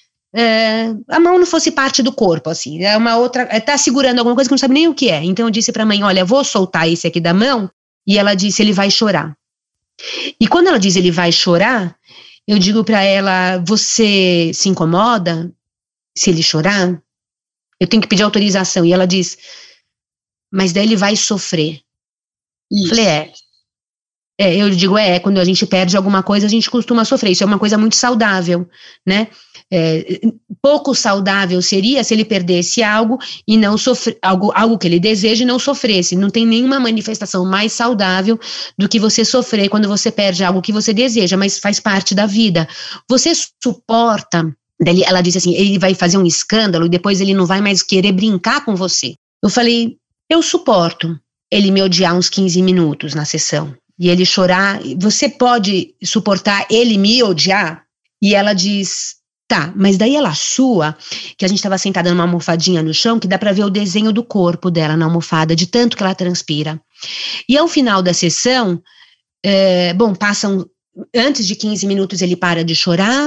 É, a mão não fosse parte do corpo, assim, é uma outra, é, tá segurando alguma coisa que não sabe nem o que é. Então eu disse pra mãe, olha, vou soltar esse aqui da mão, e ela disse, ele vai chorar. E quando ela diz ele vai chorar, eu digo pra ela, você se incomoda se ele chorar? Eu tenho que pedir autorização. E ela diz, mas daí ele vai sofrer. Isso. Falei, é. É, eu digo, é, quando a gente perde alguma coisa, a gente costuma sofrer. Isso é uma coisa muito saudável, né? É, pouco saudável seria se ele perdesse algo e não sofrer, algo, algo que ele deseja e não sofresse. Não tem nenhuma manifestação mais saudável do que você sofrer quando você perde algo que você deseja, mas faz parte da vida. Você suporta, daí ela disse assim, ele vai fazer um escândalo e depois ele não vai mais querer brincar com você. Eu falei, eu suporto ele me odiar uns quinze minutos na sessão. E ele chorar, você pode suportar ele me odiar? E ela diz, tá, mas daí ela sua, que a gente estava sentada numa almofadinha no chão, que dá pra ver o desenho do corpo dela na almofada, de tanto que ela transpira. E ao final da sessão, é, bom, passam, antes de quinze minutos ele para de chorar,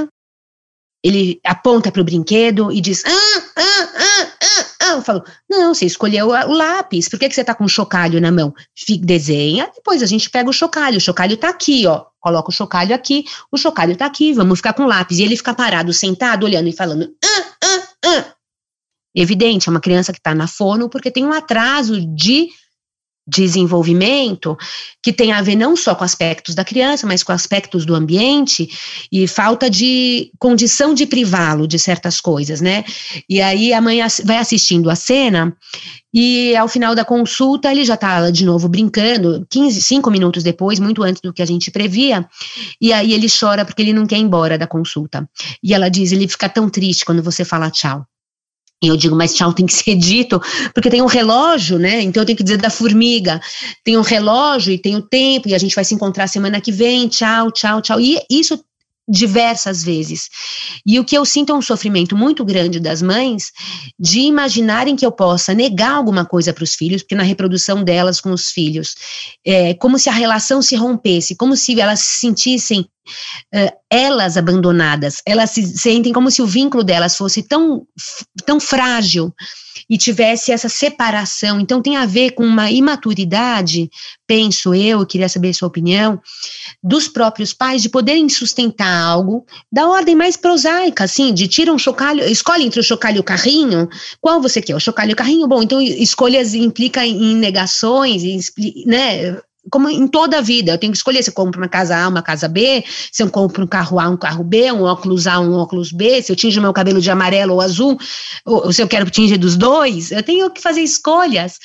ele aponta pro brinquedo e diz, ah, ah, ah, ah, ah. Eu falo, não, você escolheu o lápis, por que, que você tá com um chocalho na mão? Fica, desenha, depois a gente pega o chocalho, o chocalho tá aqui, ó, coloca o chocalho aqui, o chocalho tá aqui, vamos ficar com o lápis. E ele fica parado, sentado, olhando e falando, ah, ah, ah. Evidente, é uma criança que tá na fono porque tem um atraso de desenvolvimento que tem a ver não só com aspectos da criança, mas com aspectos do ambiente e falta de condição de privá-lo de certas coisas, né? E aí a mãe vai assistindo a cena E ao final da consulta, ele já está de novo brincando, quinze, cinco minutos depois, muito antes do que a gente previa, e aí ele chora porque ele não quer ir embora da consulta. E ela diz, ele fica tão triste quando você fala tchau. E eu digo, mas tchau tem que ser dito, porque tem um relógio, né? Então eu tenho que dizer da formiga. Tem um relógio e tem o tempo, e a gente vai se encontrar semana que vem, tchau, tchau, tchau. E isso diversas vezes. E o que eu sinto é um sofrimento muito grande das mães de imaginarem que eu possa negar alguma coisa para os filhos, porque na reprodução delas com os filhos, é como se a relação se rompesse, como se elas se sentissem uh, elas abandonadas, elas se sentem como se o vínculo delas fosse tão, tão frágil e tivesse essa separação. Então tem a ver com uma imaturidade, penso eu, eu queria saber a sua opinião, dos próprios pais de poderem sustentar algo da ordem mais prosaica, assim, de tira um chocalho, escolhe entre o chocalho e o carrinho, qual você quer, o chocalho e o carrinho? Bom, então escolhas implica em negações, em, né, como em toda a vida, eu tenho que escolher se eu compro uma casa A, uma casa B, se eu compro um carro A, um carro B, um óculos A, um óculos B, se eu tinjo meu cabelo de amarelo ou azul, ou se eu quero tingir dos dois, eu tenho que fazer escolhas.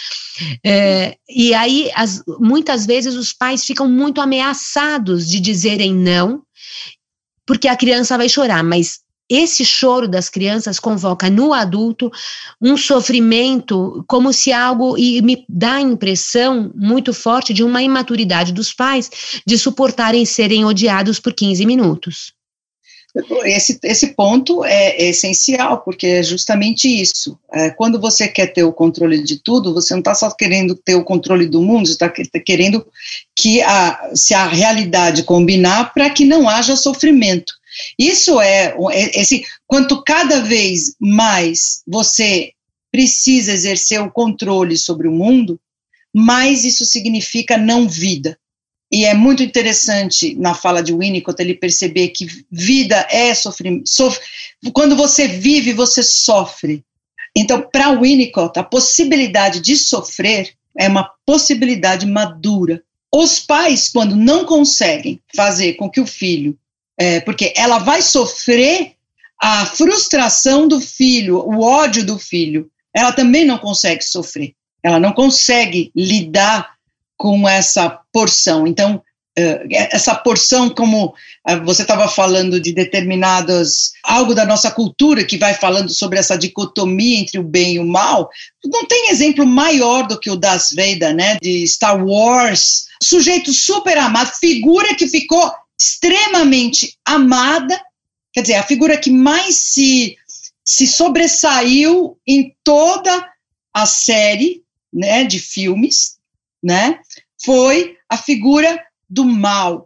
É, e aí, as, muitas vezes, os pais ficam muito ameaçados de dizerem não, porque a criança vai chorar, mas esse choro das crianças convoca no adulto um sofrimento como se algo, e me dá a impressão muito forte de uma imaturidade dos pais de suportarem serem odiados por quinze minutos. Esse, esse ponto é, é essencial, porque é justamente isso. É, quando você quer ter o controle de tudo, você não está só querendo ter o controle do mundo, você está querendo que a, se a realidade combinar para que não haja sofrimento. Isso é, esse, quanto cada vez mais você precisa exercer o controle sobre o mundo, mais isso significa não vida. E é muito interessante na fala de Winnicott ele perceber que vida é sofrimento. Sof- quando você vive, você sofre. Então, para Winnicott, a possibilidade de sofrer é uma possibilidade madura. Os pais, quando não conseguem fazer com que o filho É, porque ela vai sofrer a frustração do filho, o ódio do filho, ela também não consegue sofrer, ela não consegue lidar com essa porção. Então, uh, essa porção, como uh, você estava falando de determinadas, algo da nossa cultura que vai falando sobre essa dicotomia entre o bem e o mal, não tem exemplo maior do que o Darth Vader, né, de Star Wars, sujeito super amado, figura que ficou extremamente amada, quer dizer, a figura que mais se, se sobressaiu em toda a série, né, de filmes, né, foi a figura do mal.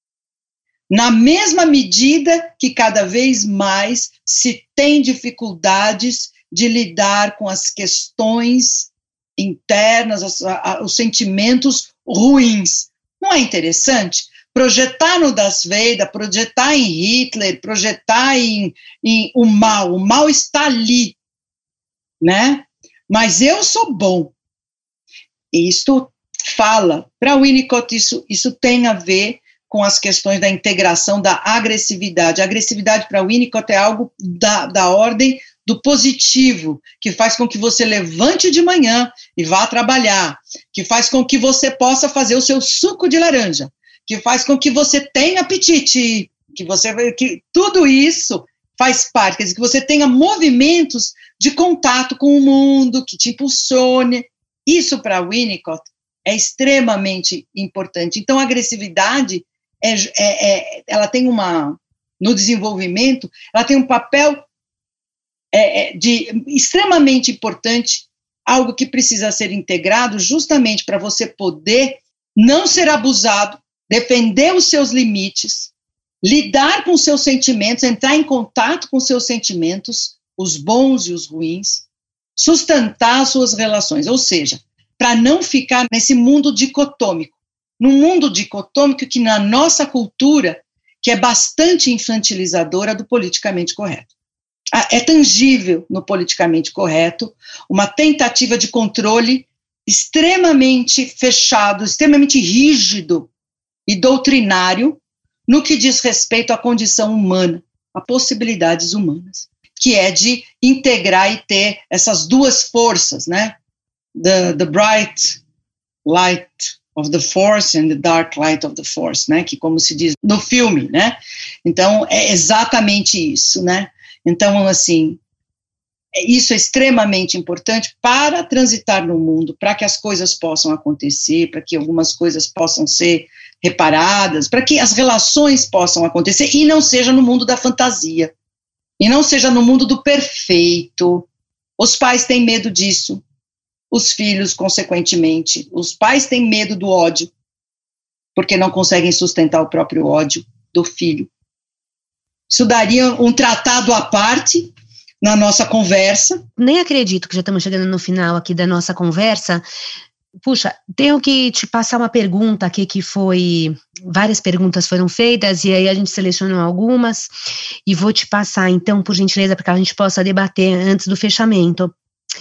Na mesma medida que cada vez mais se tem dificuldades de lidar com as questões internas, os, os sentimentos ruins. Não é interessante? Projetar no Darth Vader, projetar em Hitler, projetar em, em o mal. O mal está ali, né? Mas eu sou bom. E isto fala, para Winnicott, isso, isso tem a ver com as questões da integração, da agressividade. A agressividade para Winnicott é algo da, da ordem do positivo, que faz com que você levante de manhã e vá trabalhar, que faz com que você possa fazer o seu suco de laranja, que faz com que você tenha apetite, que você, que tudo isso faz parte, quer dizer, que você tenha movimentos de contato com o mundo, que te impulsione. Isso para Winnicott é extremamente importante. Então, a agressividade, é, é, é, ela tem uma, no desenvolvimento, ela tem um papel é, é, de, extremamente importante, algo que precisa ser integrado justamente para você poder não ser abusado, defender os seus limites, lidar com os seus sentimentos, entrar em contato com os seus sentimentos, os bons e os ruins, sustentar as suas relações, ou seja, para não ficar nesse mundo dicotômico, num mundo dicotômico que na nossa cultura, que é bastante infantilizadora do politicamente correto. É tangível no politicamente correto uma tentativa de controle extremamente fechado, extremamente rígido e doutrinário no que diz respeito à condição humana, a possibilidades humanas, que é de integrar e ter essas duas forças, né? the, the bright light of the force and the dark light of the force, né, que como se diz no filme, né, então é exatamente isso, né, então assim, isso é extremamente importante para transitar no mundo, para que as coisas possam acontecer, para que algumas coisas possam ser reparadas, para que as relações possam acontecer e não seja no mundo da fantasia, e não seja no mundo do perfeito. Os pais têm medo disso, os filhos, consequentemente. Os pais têm medo do ódio, porque não conseguem sustentar o próprio ódio do filho. Isso daria um tratado à parte na nossa conversa. Nem acredito que já estamos chegando no final aqui da nossa conversa. Puxa, tenho que te passar uma pergunta aqui que foi... Várias perguntas foram feitas e aí a gente selecionou algumas e vou te passar, então, por gentileza, para que a gente possa debater antes do fechamento.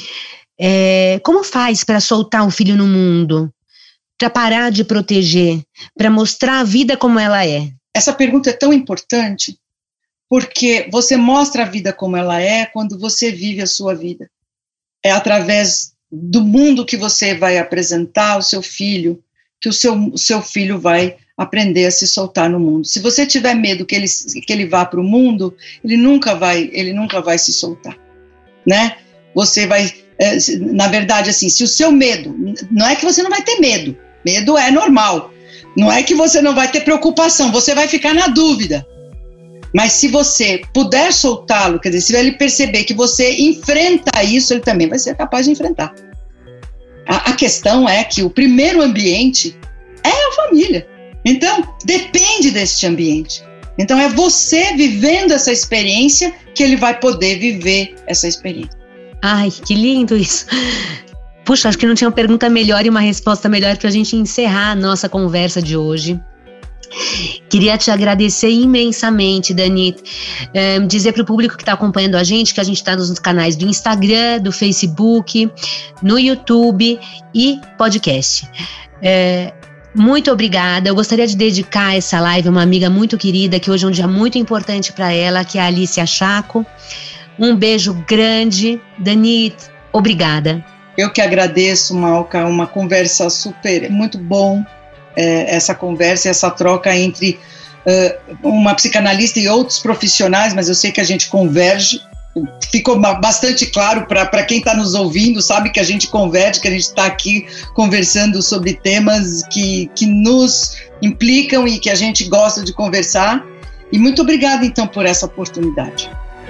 É, como faz para soltar o filho no mundo? Para parar de proteger? Para mostrar a vida como ela é? Essa pergunta é tão importante porque você mostra a vida como ela é quando você vive a sua vida. É através do mundo que você vai apresentar ao seu filho, que o seu, o seu filho vai aprender a se soltar no mundo. Se você tiver medo que ele, que ele vá para o mundo, ele nunca vai, ele nunca vai se soltar, né? Você vai, é, na verdade, assim, se o seu medo, não é que você não vai ter medo, medo é normal, não é que você não vai ter preocupação, você vai ficar na dúvida. Mas se você puder soltá-lo, quer dizer, se ele perceber que você enfrenta isso, ele também vai ser capaz de enfrentar. A, a questão é que o primeiro ambiente é a família. Então, depende deste ambiente. Então, é você vivendo essa experiência que ele vai poder viver essa experiência. Ai, que lindo isso. Puxa, acho que não tinha uma pergunta melhor e uma resposta melhor para a gente encerrar a nossa conversa de hoje. Queria te agradecer imensamente, Dani, é, dizer para o público que está acompanhando a gente que a gente está nos canais do Instagram, do Facebook, no YouTube e podcast. É, muito obrigada. Eu gostaria de dedicar essa live a uma amiga muito querida, que hoje é um dia muito importante para ela, que é a Alicia Chaco. Um beijo grande. Dani, obrigada. Eu que agradeço, Malca, uma conversa super, muito bom. É, essa conversa, essa troca entre uh, uma psicanalista e outros profissionais, mas eu sei que a gente converge, ficou bastante claro para quem está nos ouvindo, sabe que a gente converge, que a gente está aqui conversando sobre temas que, que nos implicam e que a gente gosta de conversar, e muito obrigada então por essa oportunidade.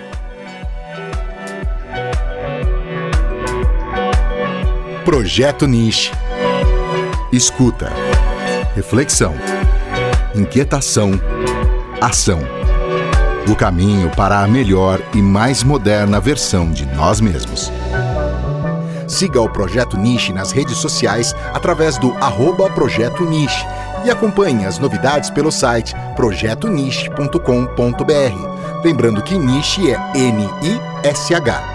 Projeto Niche. Escuta. Reflexão, inquietação, ação. O caminho para a melhor e mais moderna versão de nós mesmos. Siga o Projeto Niche nas redes sociais através do arroba Projeto Niche e acompanhe as novidades pelo site projeto niche ponto com ponto b r. Lembrando que Niche é N I S H.